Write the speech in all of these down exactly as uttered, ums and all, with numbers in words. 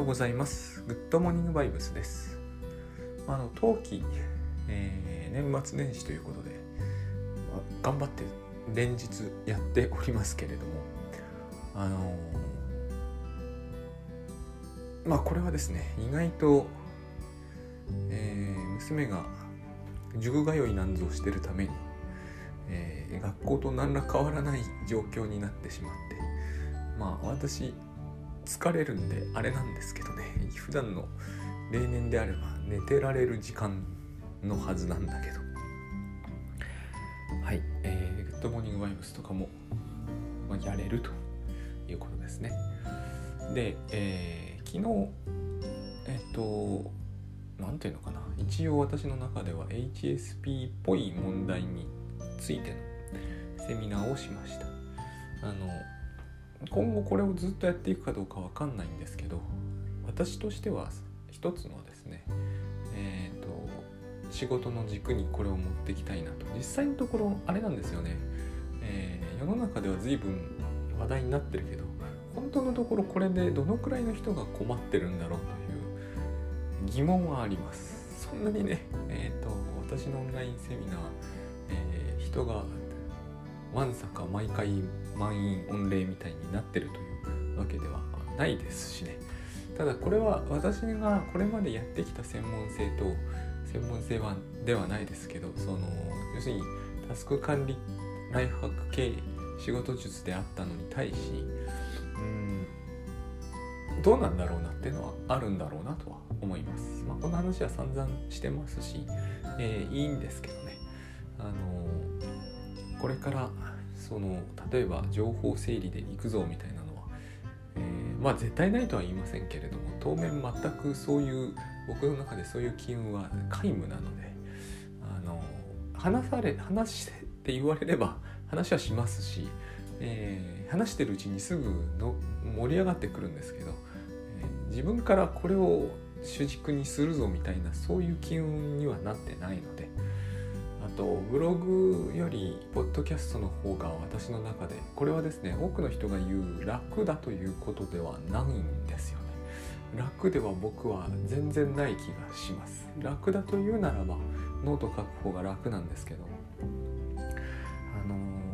ございます。グッドモーニングバイブスです。あの冬季、えー、年末年始ということで、まあ、頑張って連日やっておりますけれども、あのー、まあこれはですね、意外と、えー、娘が塾通いなんぞをしているために、えー、学校と何ら変わらない状況になってしまって、まあ私疲れるんであれなんですけどね、普段の例年であれば寝てられる時間のはずなんだけど、はい、えー、グッドモーニングバイブスとかも、まあ、やれるということですね。で、えー、昨日えっとなんていうのかな、一応私の中では エイチエスピー っぽい問題についてのセミナーをしました。あの今後これをずっとやっていくかどうかわかんないんですけど、私としては一つのですね、えーと、仕事の軸にこれを持っていきたいなと。実際のところあれなんですよね、えー、世の中では随分話題になってるけど、本当のところこれでどのくらいの人が困ってるんだろうという疑問はあります。そんなにね、えーと、私のオンラインセミナー、えー、人がわんさか毎回満員御礼みたいになってるというわけではないですしね。ただこれは私がこれまでやってきた専門性と専門性はではないですけど、その要するにタスク管理ライフハック系仕事術であったのに対し、うーんどうなんだろうなっていうのはあるんだろうなとは思います。まあこの話は散々してますし、えー、いいんですけどね。あのー、これからその例えば情報整理で行くぞみたいなのは、えー、まあ絶対ないとは言いませんけれども、当面全くそういう僕の中でそういう機運は皆無なので、あの話され話してって言われれば話はしますし、えー、話してるうちにすぐの盛り上がってくるんですけど、えー、自分からこれを主軸にするぞみたいなそういう機運にはなってないので、あとブログよりポッドキャストの方が私の中で、これはですね、多くの人が言う楽だということではないんですよね。楽では僕は全然ない気がします。楽だというならばノート書く方が楽なんですけど、あの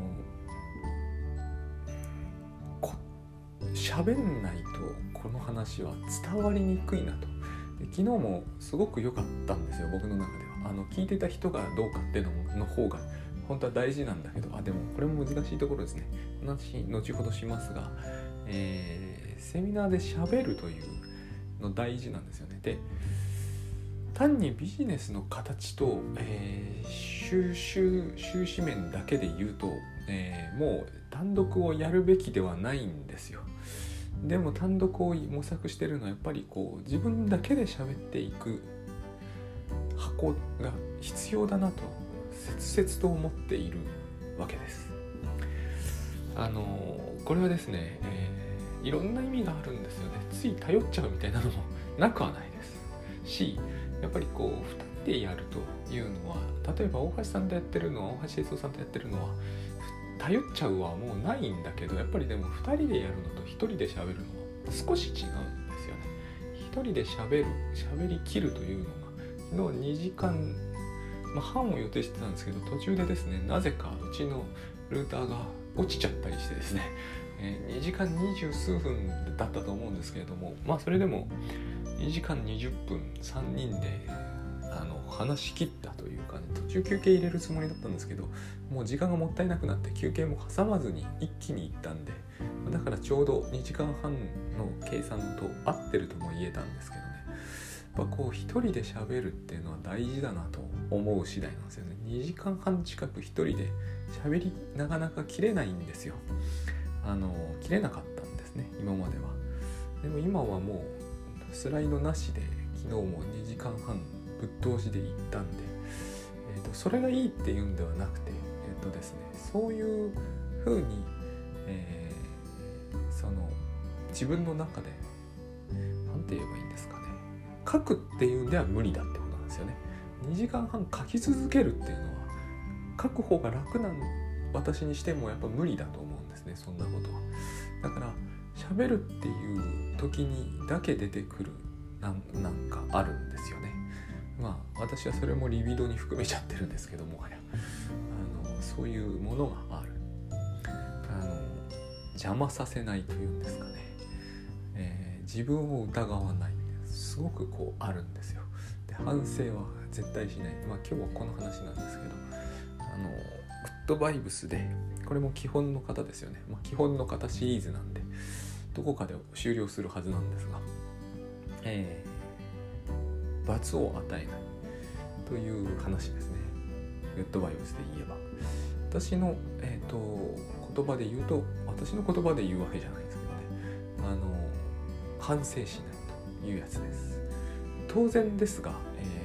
ー、こ喋んないとこの話は伝わりにくいなと。で昨日もすごく良かったんですよ、僕の中では。あの聞いてた人がどうかっていうのの方が本当は大事なんだけど、あでもこれも難しいところですね。この話後ほどしますが、えー、セミナーで喋るというの大事なんですよね。で、単にビジネスの形と、えー、収集収支面だけで言うと、えー、もう単独をやるべきではないんですよ。でも単独を模索してるのはやっぱりこう自分だけで喋っていく箱が必要だなと切々と思っているわけです。あのこれはですね、えー、いろんな意味があるんですよね。つい頼っちゃうみたいなのもなくはないですし、やっぱりこうふたりでやるというのは、例えば大橋さんとやってるのは大橋悦夫さんとやってるのは頼っちゃうはもうないんだけど、やっぱりでもふたりでやるのとひとりで喋るのは少し違うんですよね。ひとりで喋る喋り切るというのが昨日にじかん、まあ、半を予定してたんですけど、途中でですね、なぜかうちのルーターが落ちちゃったりしてですね、えー、にじかんにじゅうすうふんだったと思うんですけれども、まあそれでもにじかんにじゅっぷんさんにんであの話し切ったというか、ね、途中休憩入れるつもりだったんですけど、もう時間がもったいなくなって休憩も挟まずに一気に行ったんで、だからちょうどにじかんはんの計算と合ってるとも言えたんですけどね。やっぱこう一人で喋るっていうのは大事だなと思う次第なんですよね。にじかんはん近く一人で喋りなかなか切れないんですよ。あの切れなかったんですね、今までは。でも今はもうスライドなしで昨日もにじかんはんぶっ通しで行ったんで、えーと、それがいいっていうんではなくて、えーとですね、そういう風に、えー、その自分の中でなんて言えばいいんですかね、書くっていうんでは無理だってことなんですよね。にじかんはん書き続けるっていうのは書く方が楽な私にしてもやっぱ無理だと思うんですね、そんなことは。だから喋るっていう時にだけ出てくるなん、なんかあるんですよね。まあ私はそれもリビドに含めちゃってるんですけどもはやあのそういうものがある。あの邪魔させないというんですかね、えー、自分を疑わない、すごくこうあるんですよ。で反省は絶対しない。まあ今日はこの話なんですけど、あのグッドバイブスでこれも基本の方ですよね。まあ、基本の方シリーズなんでどこかで終了するはずなんですが、えー、罰を与えないという話ですね。グッドバイブスで言えば私の、えー、と言葉で言うと私の言葉で言うわけじゃないですけどね、あの反省しないというやつです。当然ですが、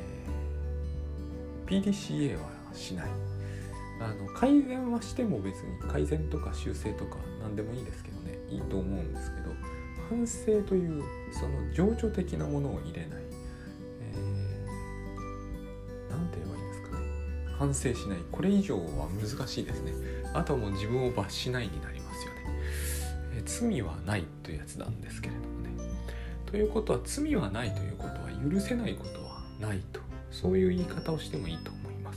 えー、ピーディーシーエー はしない。あの改善はしても別に改善とか修正とか何でもいいですけどね、いいと思うんですけど、反省というその情緒的なものを入れない、えー、なんて言えばいいんですかね、反省しない、これ以上は難しいですね。あとはもう自分を罰しないになりますよね。えー、罪はないというやつなんですけれどもね。ということは罪はないということは許せないことはないと、そういう言い方をしてもいいと思います。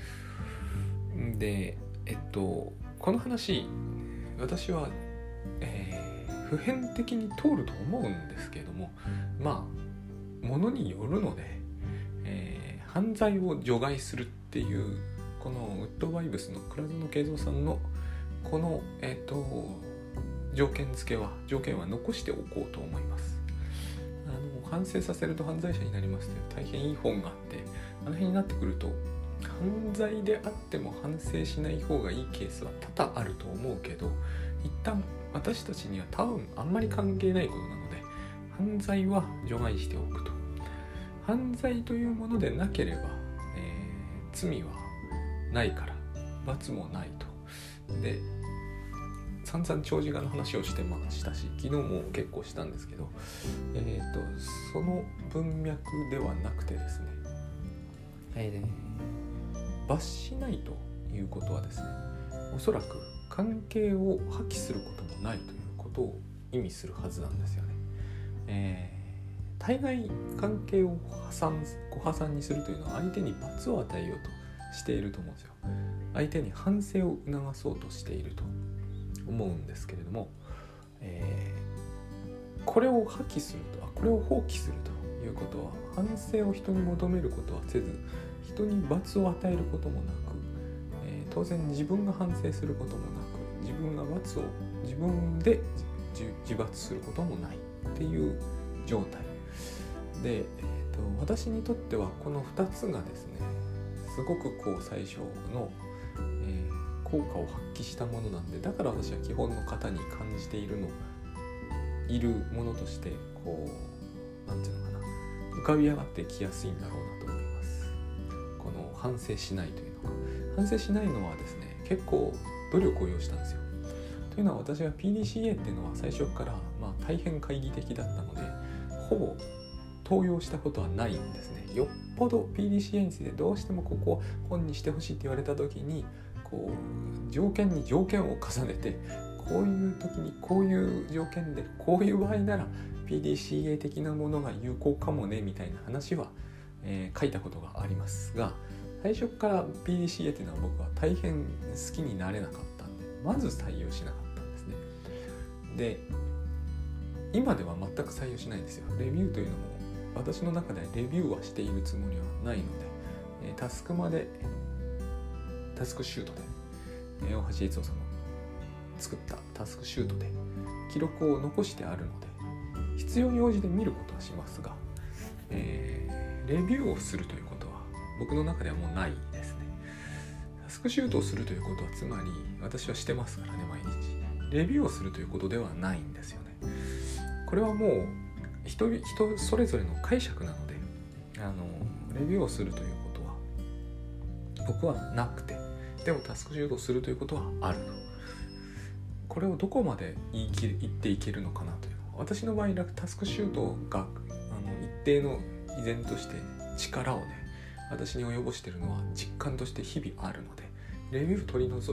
で、えっとこの話私は、えー、普遍的に通ると思うんですけれども、まあものによるので、えー、犯罪を除外するっていうこのウッドバイブスの倉園慶三さんのこの、えっと条件付けは条件は残しておこうと思います。あの反省させると犯罪者になりますという大変いい本があって、あの辺になってくると犯罪であっても反省しない方がいいケースは多々あると思うけど、一旦私たちには多分あんまり関係ないことなので犯罪は除外しておくと。犯罪というものでなければ、えー、罪はないから罰もないと。で散々長寿画の話をしてましたし、昨日も結構したんですけど、えーとその文脈ではなくてですね、えー、罰しないということはですね、おそらく関係を破棄することもないということを意味するはずなんですよね。えー、大概関係を破産ご破産にするというのは相手に罰を与えようとしていると思うんですよ。相手に反省を促そうとしていると思うんですけれども、えー、これを破棄するとこれを放棄するということは反省を人に求めることはせず、人に罰を与えることもなく、えー、当然自分が反省することもなく、自分が罰を自分で自罰することもないっていう状態で、えーと、私にとってはこのふたつがですね、すごくこう最初の、えー効果を発揮したものなんで、だから私は基本の型に感じているのいるものとしてこうなんていうのかな、浮かび上がってきやすいんだろうなと思います。この反省しないというのが反省しないのはですね、結構努力を要したんですよ。というのは私は ピーディーシーエー っていうのは最初からまあ大変懐疑的だったので、ほぼ登用したことはないんですね。よっぽど ピーディーシーエー についてどうしてもここを本にしてほしいって言われた時にこう条件に条件を重ねて、こういう時にこういう条件でこういう場合なら ピーディーシーエー 的なものが有効かもねみたいな話は、えー、書いたことがありますが、最初から ピーディーシーエー っていうのは僕は大変好きになれなかったんで、まず採用しなかったんですね。で今では全く採用しないんですよ。レビューというのも私の中でレビューはしているつもりはないので、えー、タスクまでタスクシュートで、えー、大橋悦夫さんの作ったタスクシュートで記録を残してあるので、必要に応じて見ることはしますが、えー、レビューをするということは僕の中ではもうないですね。タスクシュートをするということはつまり私はしてますからね、毎日レビューをするということではないんですよね。これはもう人, 人それぞれの解釈なので、あのレビューをするということは僕はなくて、でもタスクシュートをするということはある。これをどこまで言い切言っていけるのかなというのは、私の場合タスクシュートがあの一定の依然として力をね私に及ぼしているのは実感として日々あるので、レビュー取り除いても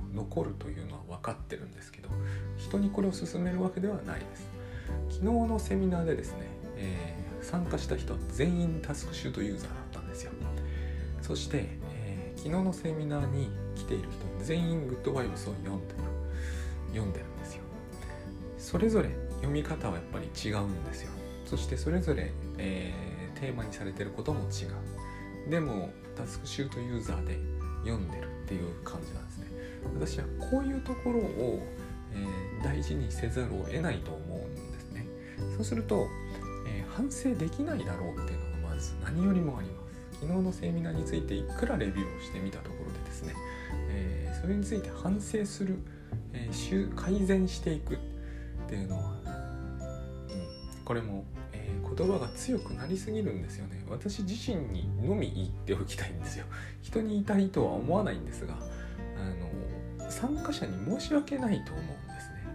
残るというのは分かってるんですけど、人にこれを勧めるわけではないです。昨日のセミナーでですね、えー、参加した人は全員タスクシュートユーザーだったんですよ。そして、えー、昨日のセミナーに来ている人は全員グッドバイブスを読んでる読んでるんですよ。それぞれ読み方はやっぱり違うんですよ。そしてそれぞれ、えー、テーマにされていることも違う。でもタスクシュートユーザーで読んでるっていう感じなんですね。私はこういうところを、えー、大事にせざるを得ないと思うんですね。そうすると、えー、反省できないだろうっていうのがまず何よりもあります。昨日のセミナーについていくらレビューをしてみたところでですね、えー、それについて反省する、えー、改善していくっていうのは、うん、これも、えー、言葉が強くなりすぎるんですよね。私自身にのみ言っておきたいんですよ。人に言いたいとは思わないんですが、あの参加者に申し訳ないと思うんですね。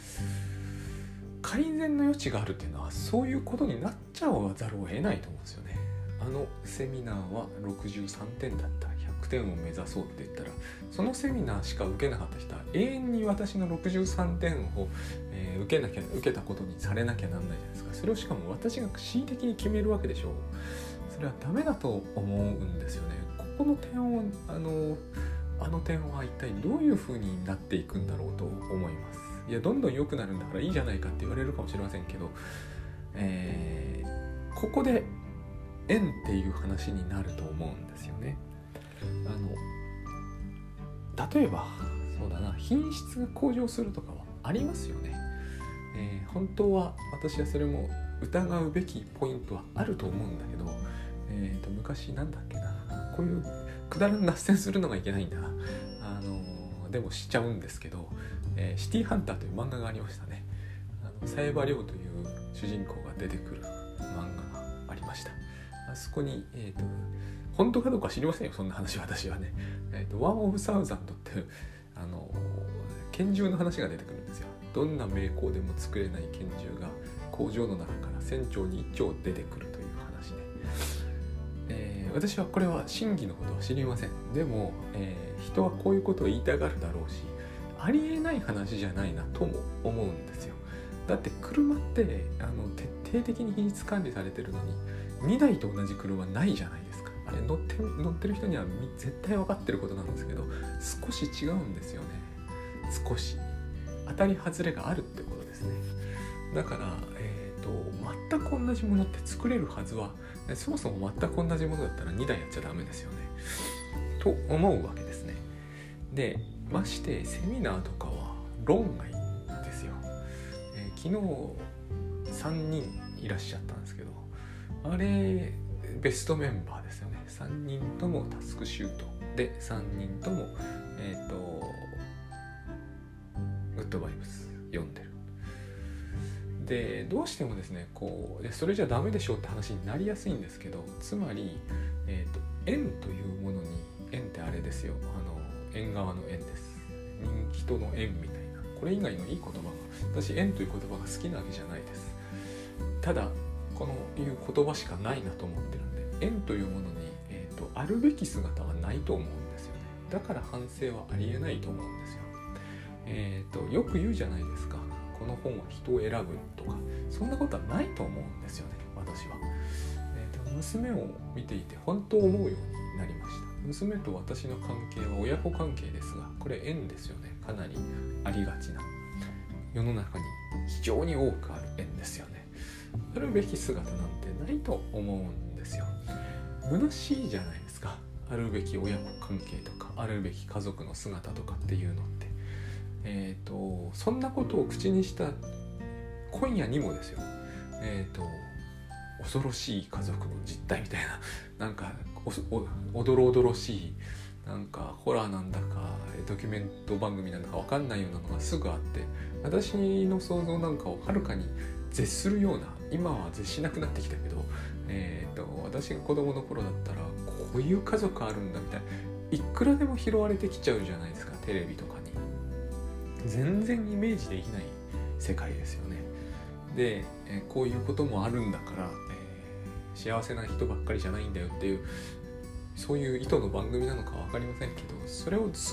改善の余地があるっていうのはそういうことになっちゃわざるを得ないと思うんですよね。あのセミナーはろくじゅうさんてんだった、ひゃくてんを目指そうって言ったら、そのセミナーしか受けなかった人は永遠に私のろくじゅうさんてんを、えー、受けなきゃ受けたことにされなきゃなんないじゃないですか。それをしかも私が恣意的に決めるわけでしょう。それはダメだと思うんですよね。ここの点をあのあの点は一体どういう風になっていくんだろうと思います。いや、どんどん良くなるんだからいいじゃないかって言われるかもしれませんけど、えー、ここで縁っていう話になると思うんですよね。あの例えばそうだな、品質が向上するとかはありますよね。えー、本当は私はそれも疑うべきポイントはあると思うんだけど、えーと昔なんだっけな、こういうくだらん脱線するのがいけないんだな、あのでもしちゃうんですけど、えー、シティハンターという漫画がありましたね。あの冴羽リョウという主人公が出てくる漫画がありました。あそこに、えーと本当かどうか知りませんよ、そんな話は。私はね、えーとワンオブサウザンドっていうあの拳銃の話が出てくるんですよ。どんな名工でも作れない拳銃が工場の中から船長に一丁出てくるという話で、えー、私はこれは真偽のことは知りません。でも、えー、人はこういうことを言いたがるだろうし、ありえない話じゃないなとも思うんですよ。だって車ってあの徹底的に品質管理されてるのににだいと同じ車ないじゃないですか。あれ乗って乗ってる人には絶対分かってることなんですけど、少し違うんですよね。少し当たり外れがあるってことですね。だから、えーと、全く同じものって作れるはずは、そもそも全く同じものだったらにだいやっちゃダメですよねと思うわけですね。で、ましてセミナーとかは論外ですよ。えー、昨日さんにんいらっしゃったんですけど、あれベストメンバーですよね。さんにんともタスクシュートで、さんにんともえっ、ー、とグッドバイブス読んでる。で、どうしてもですね、こうそれじゃダメでしょうって話になりやすいんですけど、つまり、えーと、縁というものに、縁ってあれですよ、あの縁側の縁です。人の縁みたいな、これ以外のいい言葉が、私縁という言葉が好きなわけじゃないです。ただこのいう言葉しかないなと思ってるんで、縁というものに、えーと、あるべき姿はないと思うんですよね。だから反省はありえないと思うんですよ。えーと、よく言うじゃないですか、この本は人を選ぶとか、そんなことはないと思うんですよね、私は。えーと、娘を見ていて本当思うようになりました。娘と私の関係は親子関係ですが、これ縁ですよね。かなりありがちな、世の中に非常に多くある縁ですよね。あるべき姿なんてないと思うんですよ。虚しいじゃないですか、あるべき親子関係とか、あるべき家族の姿とかっていうのって。えーと、そんなことを口にした今夜にもですよ、えーと、恐ろしい家族の実態みたいな、なんかおおおどろおどろしい、なんかホラーなんだかドキュメント番組なんだか分かんないようなのがすぐあって、私の想像なんかをはるかに絶するような、今は絶しなくなってきたけど、えーと、私が子供の頃だったらこういう家族あるんだみたいな、いくらでも拾われてきちゃうじゃないですか、テレビとかに。全然イメージできない世界ですよね。で、えー、こういうこともあるんだから、えー、幸せな人ばっかりじゃないんだよっていう、そういう意図の番組なのか分かりませんけど、それをずっ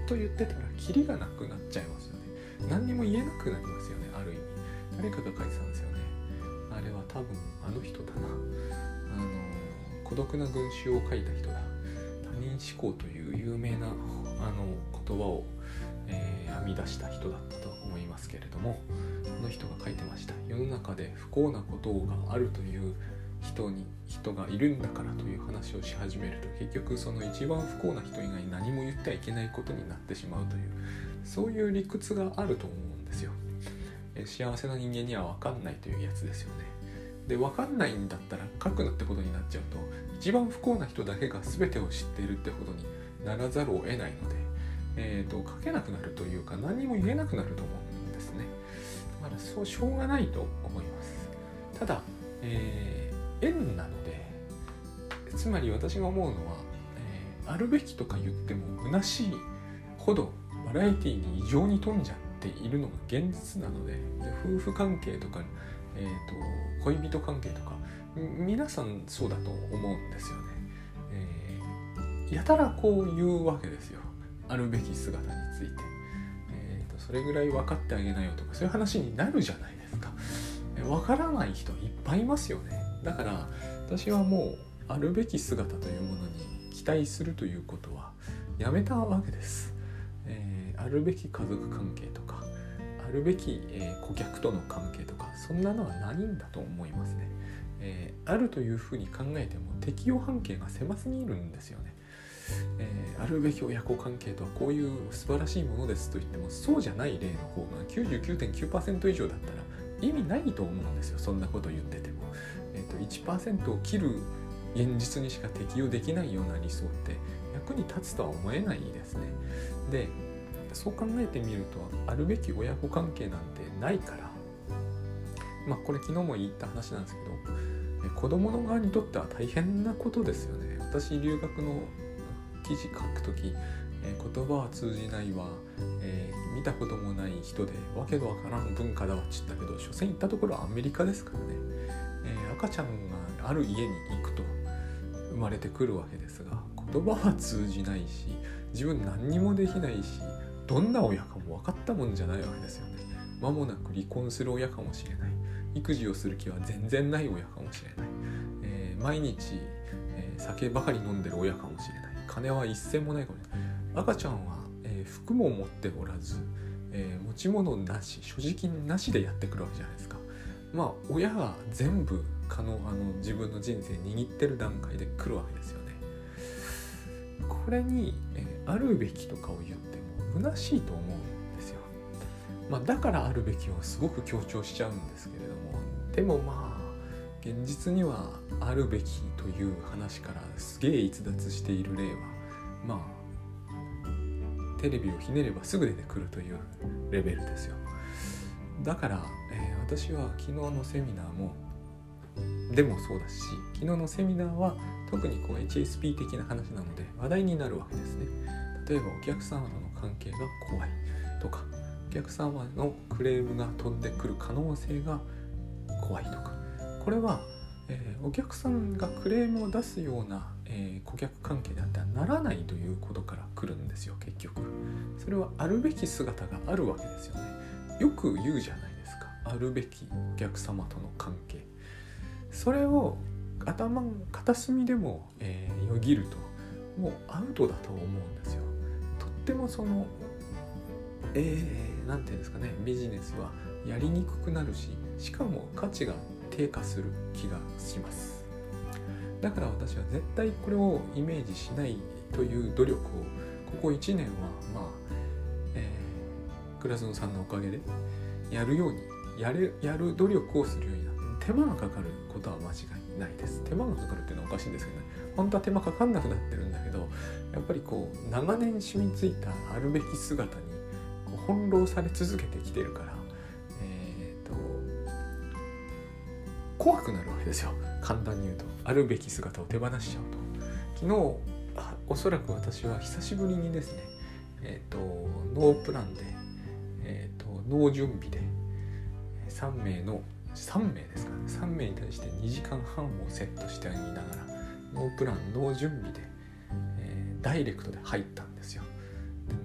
と言ってたらキリがなくなっちゃいますよね。何にも言えなくなりますよね。ある意味誰かが書いてたんですよね。あれは多分あの人だな、あの孤独な群衆を書いた人だ。他人思考という有名なあの言葉を、えー、編み出した人だったと思いますけれども、あの人が書いてました。世の中で不幸なことがあるという人に人がいるんだからという話をし始めると、結局その一番不幸な人以外何も言ってはいけないことになってしまうという、そういう理屈があると思うんですよ。え幸せな人間には分かんないというやつですよね。で分かんないんだったら書くなってことになっちゃうと、一番不幸な人だけが全てを知っているってことにならざるを得ないので、えーと、書けなくなるというか何も言えなくなると思うんですね。だからそうしょうがないと思います。ただ、えー、縁なので、つまり私が思うのは、えー、あるべきとか言っても虚しいほどバラエティに異常に富んじゃっているのが現実なので、で夫婦関係とか、えーと、恋人関係とか皆さんそうだと思うんですよね。えー、やたらこう言うわけですよ。あるべき姿について、えーと、それぐらい分かってあげなよとかそういう話になるじゃないですか。分からない人いっぱいいますよね。だから私はもうあるべき姿というものに期待するということはやめたわけです。えー、あるべき家族関係とかあるべき、えー、顧客との関係とかそんなのはないんだと思いますね。えー、あるというふうに考えても適用半径が狭すぎるんですよね。えー、あるべき親子関係とはこういう素晴らしいものですと言っても、そうじゃない例の方が きゅうじゅうきゅうてんきゅうパーセント 以上だったら意味ないと思うんですよ。そんなこと言ってても、えーと、いちパーセント を切る現実にしか適用できないような理想って役に立つとは思えないですね。で、そう考えてみるとあるべき親子関係なんてないから、まあこれ昨日も言った話なんですけど、子供の側にとっては大変なことですよね。私留学の記事書くとき、えー、言葉は通じないわ、えー、見たこともない人でわけのわからん文化だわっちったけど、所詮行ったところはアメリカですからね。えー、赤ちゃんがある家に行くと生まれてくるわけですが、言葉は通じないし自分何にもできないし、どんな親かも分かったもんじゃないわけですよね。間もなく離婚する親かもしれない、育児をする気は全然ない親かもしれない、えー、毎日、えー、酒ばかり飲んでる親かもしれない、金は一銭もないかもしれない。赤ちゃんは、えー、服も持っておらず、えー、持ち物なし、所持金なしでやってくるわけじゃないですか。まあ親が全部可能あの自分の人生握ってる段階で来るわけですよね。これに、えー、あるべきとかを言っても虚しいと思うんですよ。まあ、だからあるべきをすごく強調しちゃうんですけれども、でもまあ現実にはあるべきという話からすげえ逸脱している例はまあテレビをひねればすぐ出てくるというレベルですよ。だから、えー、私は昨日のセミナーもでもそうだし、昨日のセミナーは特にこう エイチエスピー 的な話なので話題になるわけですね。例えばお客様との関係が怖いとか、お客様のクレームが飛んでくる可能性が怖いとか、これは、えー、お客さんがクレームを出すような、えー、顧客関係であってはならないということから来るんですよ。結局それはあるべき姿があるわけですよね。よく言うじゃないですか、あるべきお客様との関係。それを頭の片隅でも、えー、よぎるともうアウトだと思うんですよ。とってもそのえー、なんていうんですかね、ビジネスはやりにくくなるし、しかも価値が低下する気がします。だから私は絶対これをイメージしないという努力をここいちねんはまあ、えー、倉園さんのおかげでやるようにやるやる努力をするようになって、手間がかかることは間違いないです。手間がかかるっていうのはおかしいんですけどね、本当は手間かかんなくなってるんだけど、やっぱりこう長年染みついたあるべき姿に翻弄され続けてきてるから、えーと、怖くなるわけですよ。簡単に言うと、あるべき姿を手放しちゃうと。昨日おそらく私は久しぶりにですね、えーと、ノープランで、えーと、ノー準備でさんめいのさんめいですかね、さんめいに対してにじかんはんをセットしてあげながら、ノープランノー準備で、えー、ダイレクトで入ったんですよ。で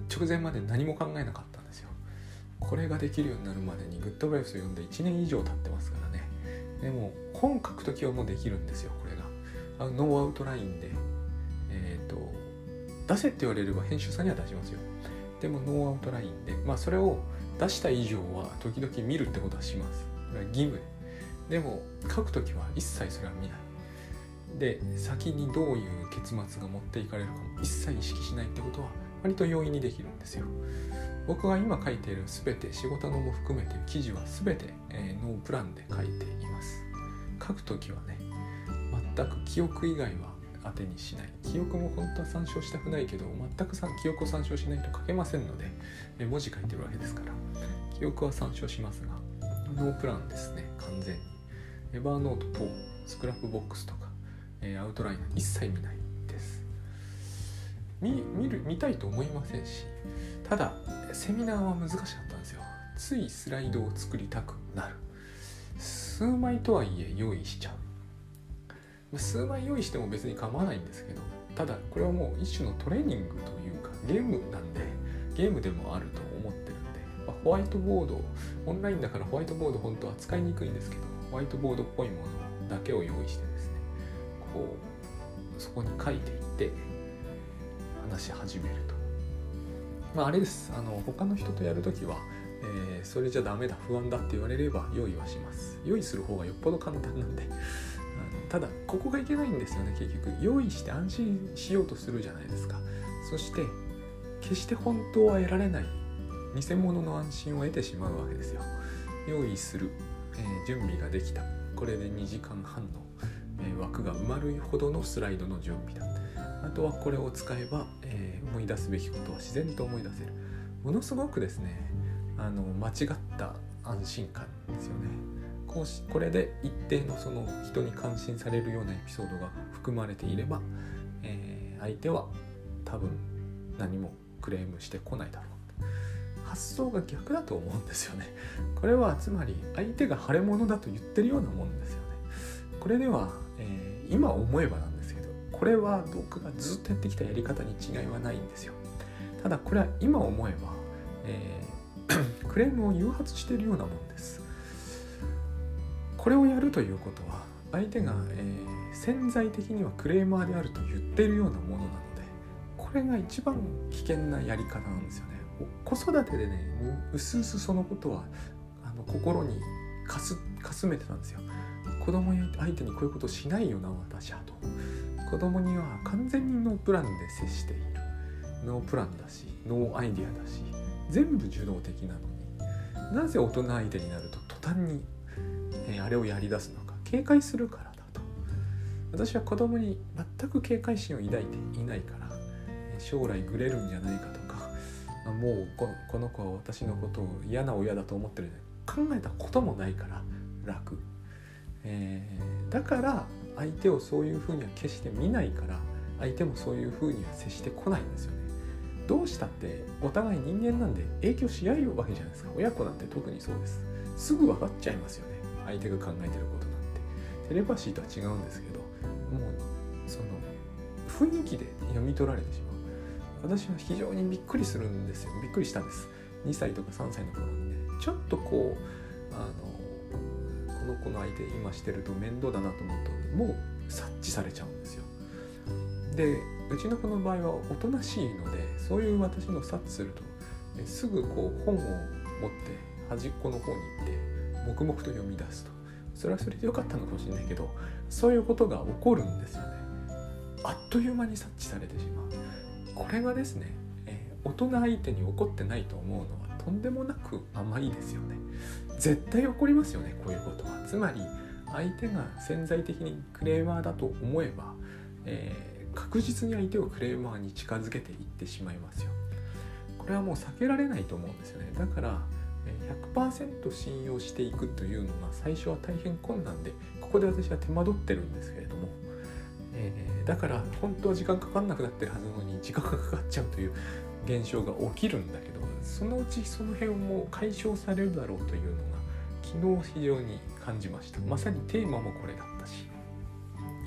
直前まで何も考えなかったんですよ。これができるようになるまでにグッドバイブスを読んでいちねん以上経ってますからね。でも本書くときはもうできるんですよ。これがあのノーアウトラインで、えー、と出せって言われれば編集さんには出しますよ。でもノーアウトラインで、まあそれを出した以上は時々見るってことはします。これは義務で。でも書くときは一切それは見ない。で、先にどういう結末が持っていかれるかも一切意識しないってことは割と容易にできるんですよ。僕が今書いているすべて、仕事のも含めて記事はすべて、えー、ノープランで書いています。書くときはね、全く記憶以外は当てにしない。記憶も本当は参照したくないけど、全く記憶を参照しないと書けませんので、えー、文字書いてるわけですから、記憶は参照しますが、ノープランですね、完全に。エバーノート等、スクラップボックスとか、えー、アウトラインは一切見ないです。見、見る、見たいと思いませんし、ただセミナーは難しかったんですよ。ついスライドを作りたくなる。数枚とはいえ用意しちゃう。数枚用意しても別に構わないんですけど、ただこれはもう一種のトレーニングというかゲームなんで、ゲームでもあると思ってるんで、まあ、ホワイトボード、オンラインだからホワイトボード本当は使いにくいんですけど、ホワイトボードっぽいものだけを用意してですね、こうそこに書いていって話し始めると。まああれです。あの他の人とやるときは、えー、それじゃダメだ、不安だって言われれば用意はします。用意する方がよっぽど簡単なんで。あのただここがいけないんですよね。結局用意して安心しようとするじゃないですか。そして決して本当は得られない偽物の安心を得てしまうわけですよ。用意する、えー、準備ができた。これでにじかんはんの、えー、枠が埋まるほどのスライドの準備だ。あとはこれを使えば、えー、思い出すべきことは自然と思い出せる。ものすごくですね、あの間違った安心感ですよね。こうしこれで一定のその人に感心されるようなエピソードが含まれていれば、えー、相手は多分何もクレームしてこないだろう。発想が逆だと思うんですよね。これはつまり相手が腫れ物だと言ってるようなもんですよね。これでは、えー、今思えばなんですけど、これは僕がずっとやってきたやり方に違いはないんですよ。ただこれは今思えば、えー、クレームを誘発しているようなもんです。これをやるということは相手が、えー、潜在的にはクレーマーであると言っているようなものなので、これが一番危険なやり方なんですよね。子育てでね、うすうすそのことはあの心にかす、かすめてたんですよ。子供相手にこういうことしないよな私はと。子供には完全にノープランで接している。ノープランだし、ノーアイディアだし、全部受動的なのに、なぜ大人相手になると途端に、えー、あれをやり出すのか。警戒するからだと。私は子供に全く警戒心を抱いていないから、将来グレるんじゃないかとか、もう こ, この子は私のことを嫌な親だと思ってる考えたこともないから楽、えー、だから相手をそういうふうには決して見ないから、相手もそういうふうには接してこないんですよね。どうしたってお互い人間なんで影響し合うわけじゃないですか。親子なんて特にそうです。すぐ分かっちゃいますよね、相手が考えてることなんて。テレパシーとは違うんですけど、もうその雰囲気で読み取られてしまう。私は非常にびっくりするんですよ。びっくりしたんです。にさいとかさんさいの頃にね、ちょっとこうあのこの子の相手今してると面倒だなと思うともう察知されちゃうんですよ。で、うちの子の場合はおとなしいので、そういう私の察知するとすぐこう本を持って端っこの方に行って黙々と読み出すと。それはそれでよかったのかもしれないけど、そういうことが起こるんですよね。あっという間に察知されてしまう。これがですね、えー、大人相手に怒ってないと思うのはとんでもなく甘いですよね。絶対起こりますよね、こういうことは。つまり相手が潜在的にクレーマーだと思えば、えー、確実に相手をクレーマーに近づけていってしまいますよ。これはもう避けられないと思うんですよね。だからひゃくパーセント 信用していくというのが最初は大変困難で、ここで私は手間取ってるんですけれども、えー、だから本当は時間かかんなくなってるはずなのに時間がかかっちゃうという現象が起きるんだけど、そのうちその辺も解消されるだろうというのが昨日非常に感じました。まさにテーマもこれだったし、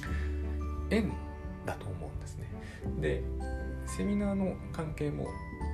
縁だと思うんですね。で、セミナーの関係も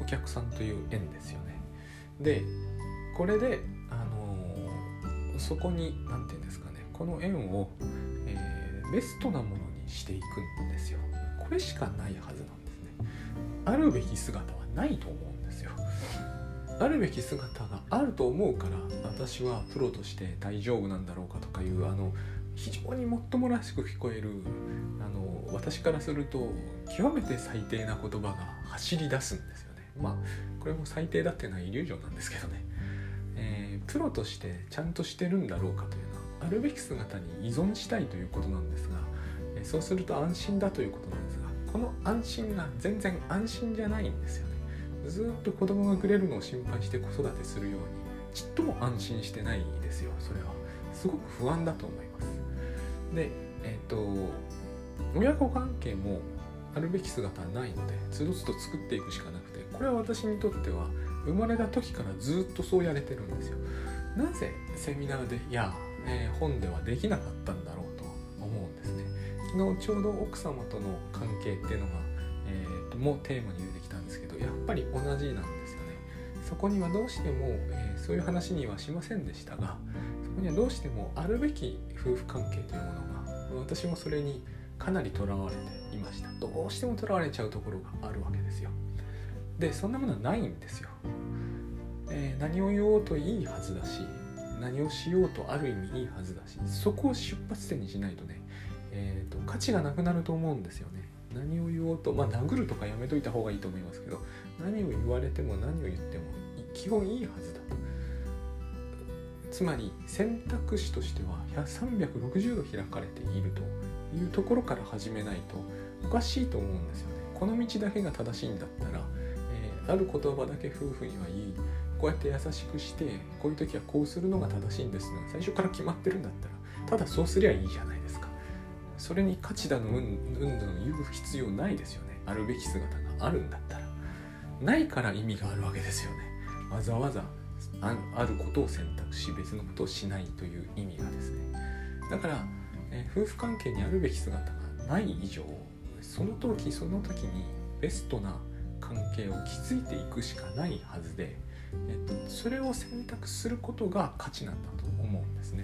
客さんという縁ですよね。でこれで、あのー、そこに何て言うんですかね、この縁を、えー、ベストなものにしていくんですよ。これしかないはずなんですね。あるべき姿はないと思うんですよ。あるべき姿があると思うから、私はプロとして大丈夫なんだろうかとかいう、あの非常にもっともらしく聞こえる、あの私からすると極めて最低な言葉が走り出すんですよね。まあこれも最低だっていうのはイリュージョンなんですけどね、えー、プロとしてちゃんとしてるんだろうかというのは、あるべき姿に依存したいということなんですが、えー、そうすると安心だということなんですが、この安心が全然安心じゃないんですよね。ずっと子供がくれるのを心配して子育てするように、ちっとも安心してないですよ。それはすごく不安だと思います。で、えっと親子関係もあるべき姿はないので、つどつど作っていくしかなくて、これは私にとっては生まれた時からずっとそうやれてるんですよ。なぜセミナーでいや、えー、本ではできなかったんだろうと思うんですね。昨日ちょうど奥様との関係っていうのが、えー、ともうテーマに出てきたんですけど、やっぱり同じなんですよね。そこにはどうしても、えー、そういう話にはしませんでしたが、そこにはどうしてもあるべき夫婦関係というものが、私もそれにかなりとらわれていました。どうしてもとらわれちゃうところがあるわけですよ。でそんなものはないんですよ、えー、何を言おうといいはずだし、何をしようとある意味いいはずだし、そこを出発点にしないとね、えーと、価値がなくなると思うんですよね。何を言おうと、まあ殴るとかやめといた方がいいと思いますけど、何を言われても何を言っても基本いいはずだと。つまり選択肢としてはさんびゃくろくじゅうど開かれているというところから始めないとおかしいと思うんですよね。この道だけが正しいんだったら、えー、ある言葉だけ夫婦には言い、こうやって優しくして、こういう時はこうするのが正しいんですのが最初から決まってるんだったら、ただそうすりゃいいじゃないですか。それに価値だのうんぬん言う必要ないですよね。あるべき姿があるんだったら。ないから意味があるわけですよね。わざわざあることを選択し、別のことをしないという意味がですね。だから、えー、夫婦関係にあるべき姿がない以上、その時その時にベストな関係を築いていくしかないはずで、えっと、それを選択することが価値なんだと思うんですね。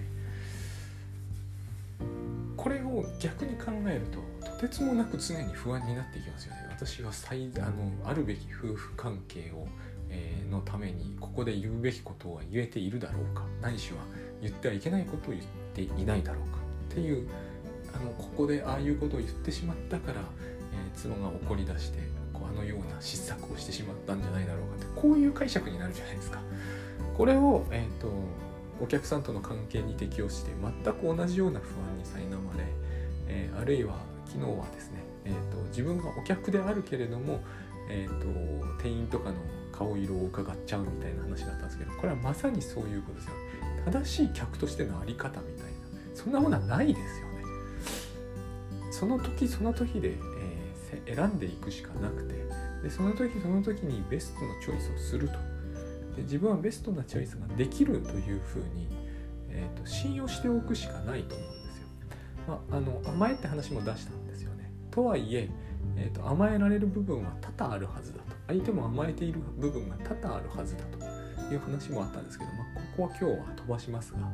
これを逆に考えると、とてつもなく常に不安になっていきますよね。私は最あのあるべき夫婦関係を、えー、のためにここで言うべきことは言えているだろうか、ないしは言ってはいけないことを言っていないだろうかっていう、あのここでああいうことを言ってしまったから、えー、妻が怒り出してこうあのような失策をしてしまったんじゃないだろうかって、こういう解釈になるじゃないですか。これを、えーと、お客さんとの関係に適用して全く同じような不安に苛まれ、えー、あるいは昨日はですね、えーと、自分がお客であるけれども、えーと、店員とかの顔色を伺っちゃうみたいな話だったんですけど、これはまさにそういうことですよ。正しい客としてのあり方みたいな、そんなものはないですよね。その時その時で、えー、選んでいくしかなくて、でその時その時にベストのチョイスをすると、で自分はベストなチョイスができるというふうに、えーと、信用しておくしかないと思うんですよ。まあ、あの甘えって話も出したんですよね。とはいええーと、甘えられる部分は多々あるはずだと、相手も甘えている部分が多々あるはずだという話もあったんですけど、まあ、ここは今日は飛ばしますが、あの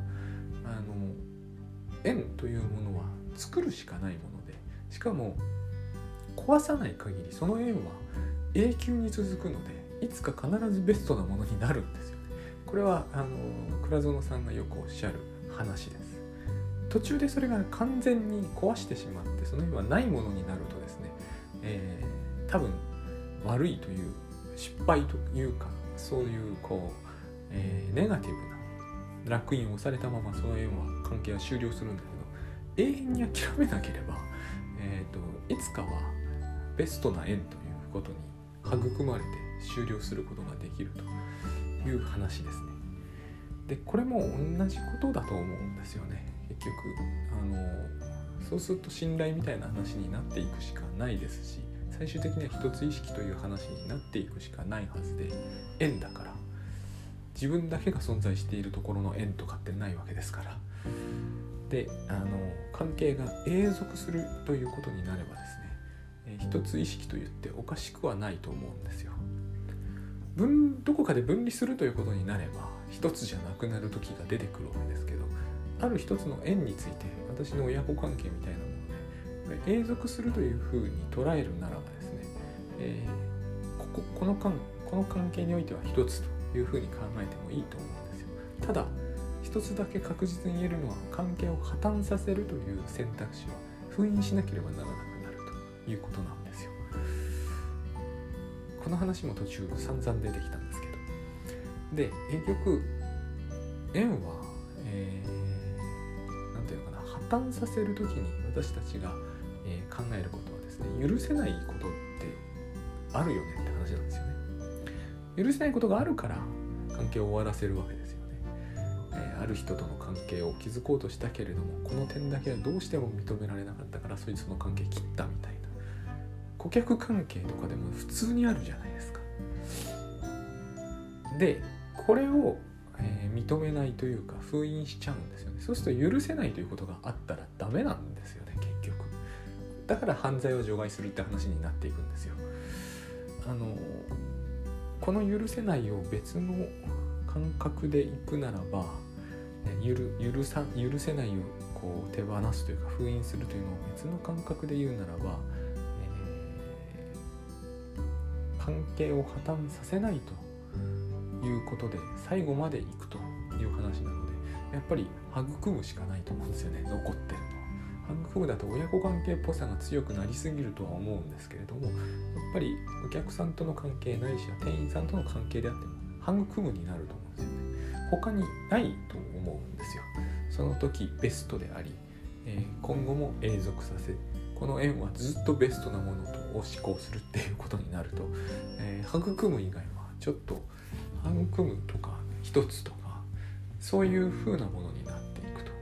縁というものは作るしかないもので、しかも壊さない限りその縁は永久に続くので、いつか必ずベストなものになるんですよね。これはあの倉園さんがよくおっしゃる話です。途中でそれが完全に壊してしまって、その縁はないものになるとですね、えー、多分悪いという失敗というか、そういうこう、えー、ネガティブな烙印を押されたままその縁は関係は終了するんだけど、永遠に諦めなければ、えーと、いつかはベストな縁ということに育まれて終了することができるという話ですね。でこれも同じことだと思うんですよね。結局あのそうすると信頼みたいな話になっていくしかないですし、最終的には一つ意識という話になっていくしかないはずで、縁だから自分だけが存在しているところの縁とかってないわけですから。であの関係が永続するということになればですね、えー、一つ意識と言っておかしくはないと思うんですよ。 分どこかで分離するということになれば一つじゃなくなる時が出てくるわけですけど、ある一つの縁について私の親子関係みたいなものでこれ永続するというふうに捉えるならばですね、えー、ここ、この関この関係においては一つというふうに考えてもいいと思うんですよ。ただ一つだけ確実に言えるのは、関係を破綻させるという選択肢は封印しなければならなくなるということなんですよ。この話も途中散々出てきたんですけど、で結局縁は、えー、なんていうのかな、破綻させるときに私たちが、えー、考えることはですね、許せないことってあるよねって話なんですよね。許せないことがあるから関係を終わらせるわけですよね。えー、ある人との関係を築こうとしたけれども、この点だけはどうしても認められなかったから、そいつの関係切ったみたいな、顧客関係とかでも普通にあるじゃないですか。でこれを、えー、認めないというか封印しちゃうんですよね。そうすると許せないということがあったらダメなんですよね、結局。だから犯罪を除外するって話になっていくんですよ。あのこの許せないを別の感覚でいくならば、許, 許, さ許せないをこう手放すというか封印するというのを別の感覚で言うならば、えー、関係を破綻させないということで最後までいくという話なので、やっぱり育むしかないと思うんですよね、残ってるのは。育むだと親子関係っぽさが強くなりすぎるとは思うんですけれども、やっぱりお客さんとの関係ないしは店員さんとの関係であっても育むになると思うんですよね。他にないと思うんですよ。その時ベストであり、えー、今後も永続させ、この縁はずっとベストなものとを思考するっていうことになると、えー、育む以外はちょっと育むとか一つとかそういう風なものになっていくと、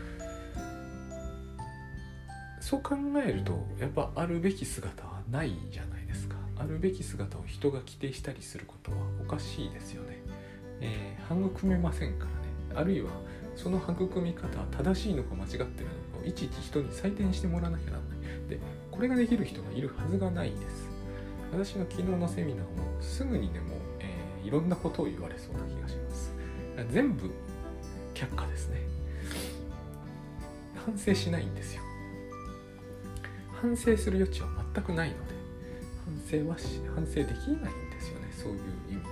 そう考えるとやっぱあるべき姿はないじゃないですか。あるべき姿を人が規定したりすることはおかしいですよね。えー、育めませんからね。あるいはその育み方は正しいのか間違ってるのかをいちいち人に採点してもらわなきゃならない。で、これができる人がいるはずがないです。私の昨日のセミナーもすぐにでも、えー、いろんなことを言われそうな気がします。全部却下ですね。反省しないんですよ。反省する余地は全くないので、反省はし反省できないんですよね、そういう意味では。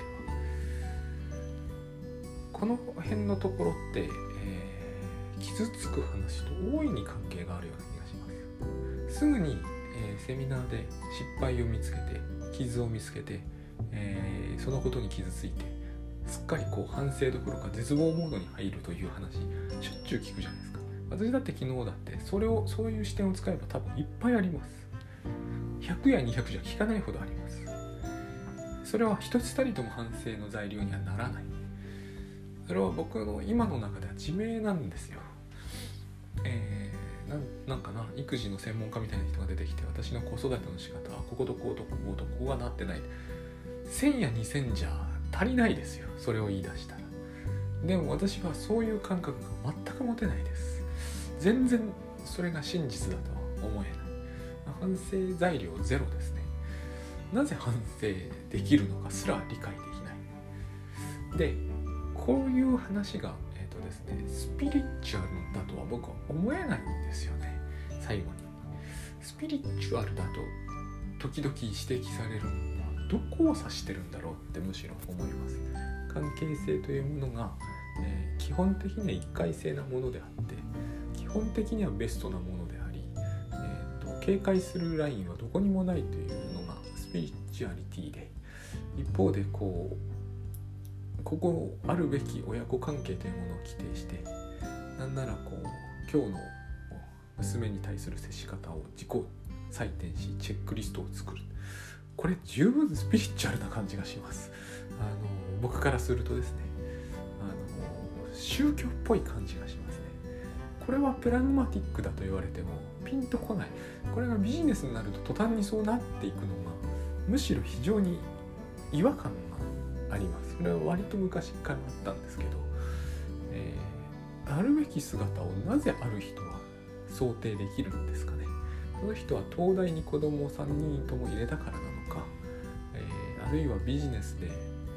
この辺のところって、えー、傷つく話と大いに関係があるような気がします。すぐに、えー、セミナーで失敗を見つけて、傷を見つけて、えー、そのことに傷ついて、すっかりこう反省どころか絶望モードに入るという話、しょっちゅう聞くじゃないですか。私だって昨日だってそれをそういう視点を使えば多分いっぱいあります。ひゃくやにひゃくじゃ聞かないほどあります。それは一つたりとも反省の材料にはならない。それは僕の今の中では自明なんですよ。えー、な, なんかな育児の専門家みたいな人が出てきて、私の子育ての仕方はこことこうとこうとここがなってない、せんやにせんじゃ足りないですよ、それを言い出したら。でも私はそういう感覚が全く持てないです。全然それが真実だとは思えない。反省材料ゼロですね。なぜ反省できるのかすら理解できない。で、こういう話が、えーとですね、スピリチュアルだとは僕は思えないんですよね。最後にスピリチュアルだと時々指摘されるのはどこを指してるんだろうってむしろ思います。関係性というものが、えー、基本的には一回性なものであって、基本的にはベストなものであり、えーと、警戒するラインはどこにもないというのがスピリチュアリティで、一方でこうここあるべき親子関係というものを規定して、なんならこう今日の娘に対する接し方を自己採点しチェックリストを作る、これ十分スピリチュアルな感じがします。あの僕からするとですね、あの宗教っぽい感じがしますね。これはプラグマティックだと言われてもピンとこない。これがビジネスになると途端にそうなっていくのがむしろ非常に違和感があります。それは割と昔からあったんですけど、えー、あるべき姿をなぜある人は想定できるんですかね。その人は東大に子供をさんにんとも入れたからなのか、えー、あるいはビジネスで、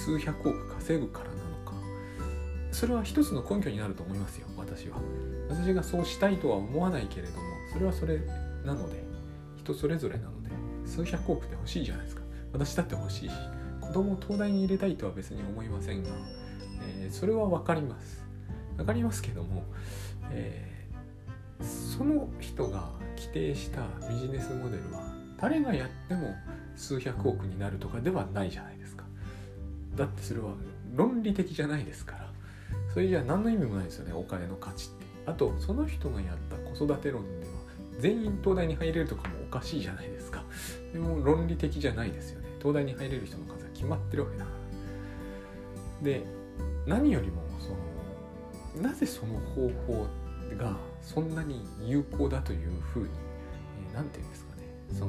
数百億稼ぐからなのか、それは一つの根拠になると思いますよ。私は私がそうしたいとは思わないけれども、それはそれなので、人それぞれなので、数百億って欲しいじゃないですか。私だって欲しいし、子供を東大に入れたいとは別に思いませんが、えー、それは分かります分かりますけども、えー、その人が規定したビジネスモデルは誰がやっても数百億になるとかではないじゃないですか。だってそれは論理的じゃないですから、それじゃあ何の意味もないですよね、お金の価値って。あとその人がやった子育て論では全員東大に入れるとかもおかしいじゃないですか。でも論理的じゃないですよね。東大に入れる人の数は決まってるわけだから。で、何よりもそのなぜその方法がそんなに有効だというふうに、えー、なんていうんですかね、その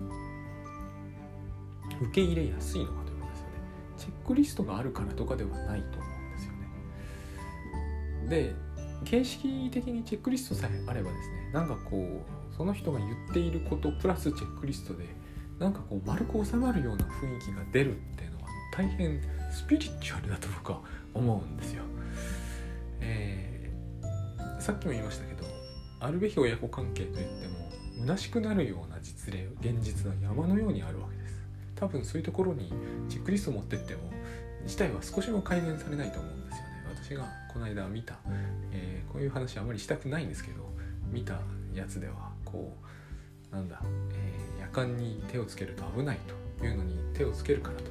受け入れやすいのかということですよね。チェックリストがあるからとかではないと思うんですよね。で、形式的にチェックリストさえあればですね、なんかこうその人が言っていることプラスチェックリストでなんかこう丸く収まるような雰囲気が出るっていうのは大変スピリチュアルだと僕は思うんですよ。えー、さっきも言いましたけど、あるべき親子関係といっても虚しくなるような実例、現実は山のようにあるわけです。多分そういうところにチェックリストを持ってっても事態は少しも改善されないと思うんですよね。私がこの間見た、えー、こういう話あまりしたくないんですけど、見たやつではこうなんだ、えー、夜間に手をつけると危ないというのに手をつけるからといって、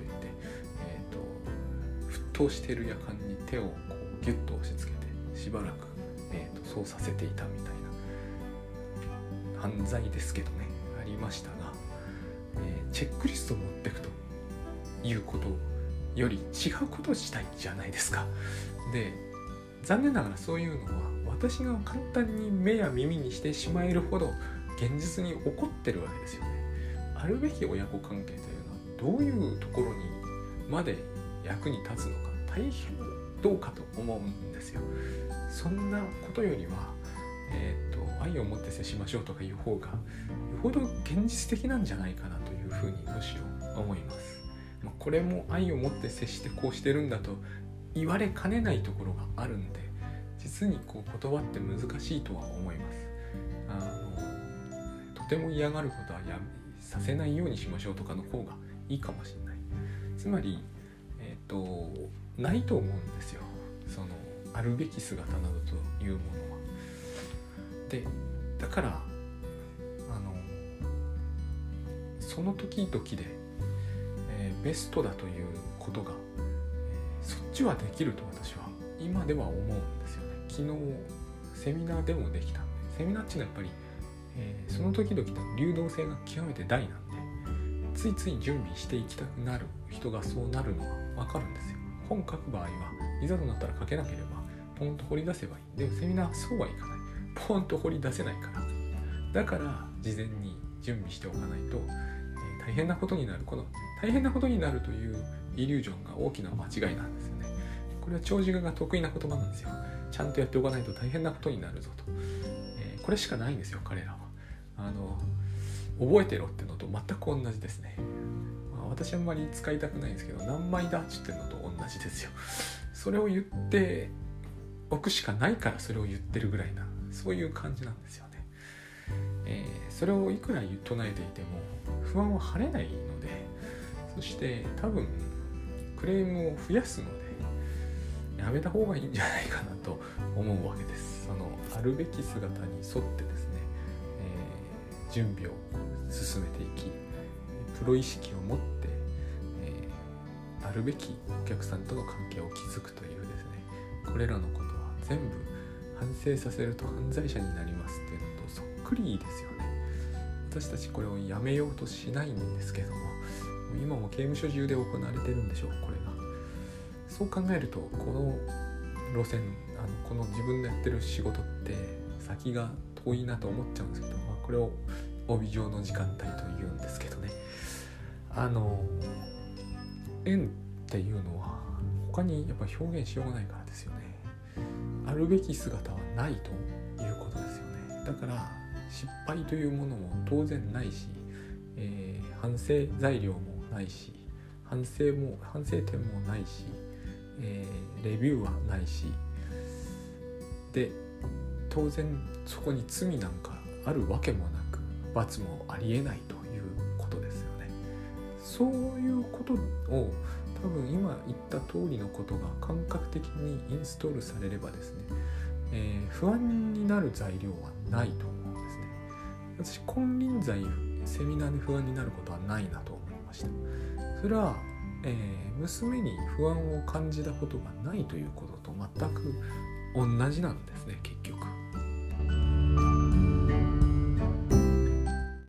えー、と沸騰している夜間に手をこうギュッと押し付けてしばらく、えー、とそうさせていたみたいな犯罪ですけどね、ありましたが、えー、チェックリストを持っていくということより違うことをしたいじゃないですか。で、残念ながらそういうのは私が簡単に目や耳にしてしまえるほど現実に起こってるわけですよね。あるべき親子関係というのはどういうところにまで役に立つのか大変どうかと思うんですよ。そんなことよりは、えー、と愛を持って接しましょうとかいう方がよほど現実的なんじゃないかなというふうにむしろ思います。まあ、これも愛を持って接してこうしてるんだと言われかねないところがあるんで、実にこう言葉って難しいとは思います。あのとても嫌がることはやさせないようにしましょうとかの方がいいかもしれない。つまり、えーと、ないと思うんですよ、そのあるべき姿などというものは。で、だからあのその時々で、えー、ベストだということがそっちはできると私は今では思うんですよね。昨日セミナーでもできたんで、セミナーっていうのはやっぱり、えー、その時々の流動性が極めて大なんで、ついつい準備していきたくなる人がそうなるのは分かるんですよ。本書く場合はいざとなったら書けなければポンと掘り出せばいい。でもセミナーはそうはいかない。ポンと掘り出せないから。だから事前に準備しておかないと、えー、大変なことになる。この大変なことになるというイリュージョンが大きな間違いなんですよね。これは長寿が得意な言葉なんですよ。ちゃんとやっておかないと大変なことになるぞと、えー、これしかないんですよ彼らは。あの覚えてろってのと全く同じですね。まあ、私はあんまり使いたくないんですけど、何枚だって言ってるのと同じですよ。それを言っておくしかないからそれを言ってるぐらいな、そういう感じなんですよね。えー、それをいくら唱えていても不安は晴れないので、そして多分クレームを増やすのでやめた方がいいんじゃないかなと思うわけです。そのあるべき姿に沿ってですね、えー、準備を進めていき、プロ意識を持って、えー、あるべきお客さんとの関係を築くというですね、これらのことは全部反省させると犯罪者になりますっていうのとそっくりですよね。私たちこれをやめようとしないんですけども、今も刑務所中で行われてるんでしょう、これが。そう考えるとこの路線、あのこの自分でやってる仕事って先が遠いなと思っちゃうんですけど、まあ、これを帯状の時間帯と言うんですけどね、あの縁っていうのは他にやっぱ表現しようがないからですよね。あるべき姿はないということですよね。だから失敗というものも当然ないし、えー、反省材料もないし、 反省も反省点もないし、えー、レビューはないしで、当然そこに罪なんかあるわけもなく罰もありえないということですよね。そういうことを多分今言った通りのことが感覚的にインストールされればですね、えー、不安になる材料はないと思うんですね。私金輪際セミナーで不安になることはないなと思いました。それは、えー、娘に不安を感じたことがないということと全く同じなんですね。結局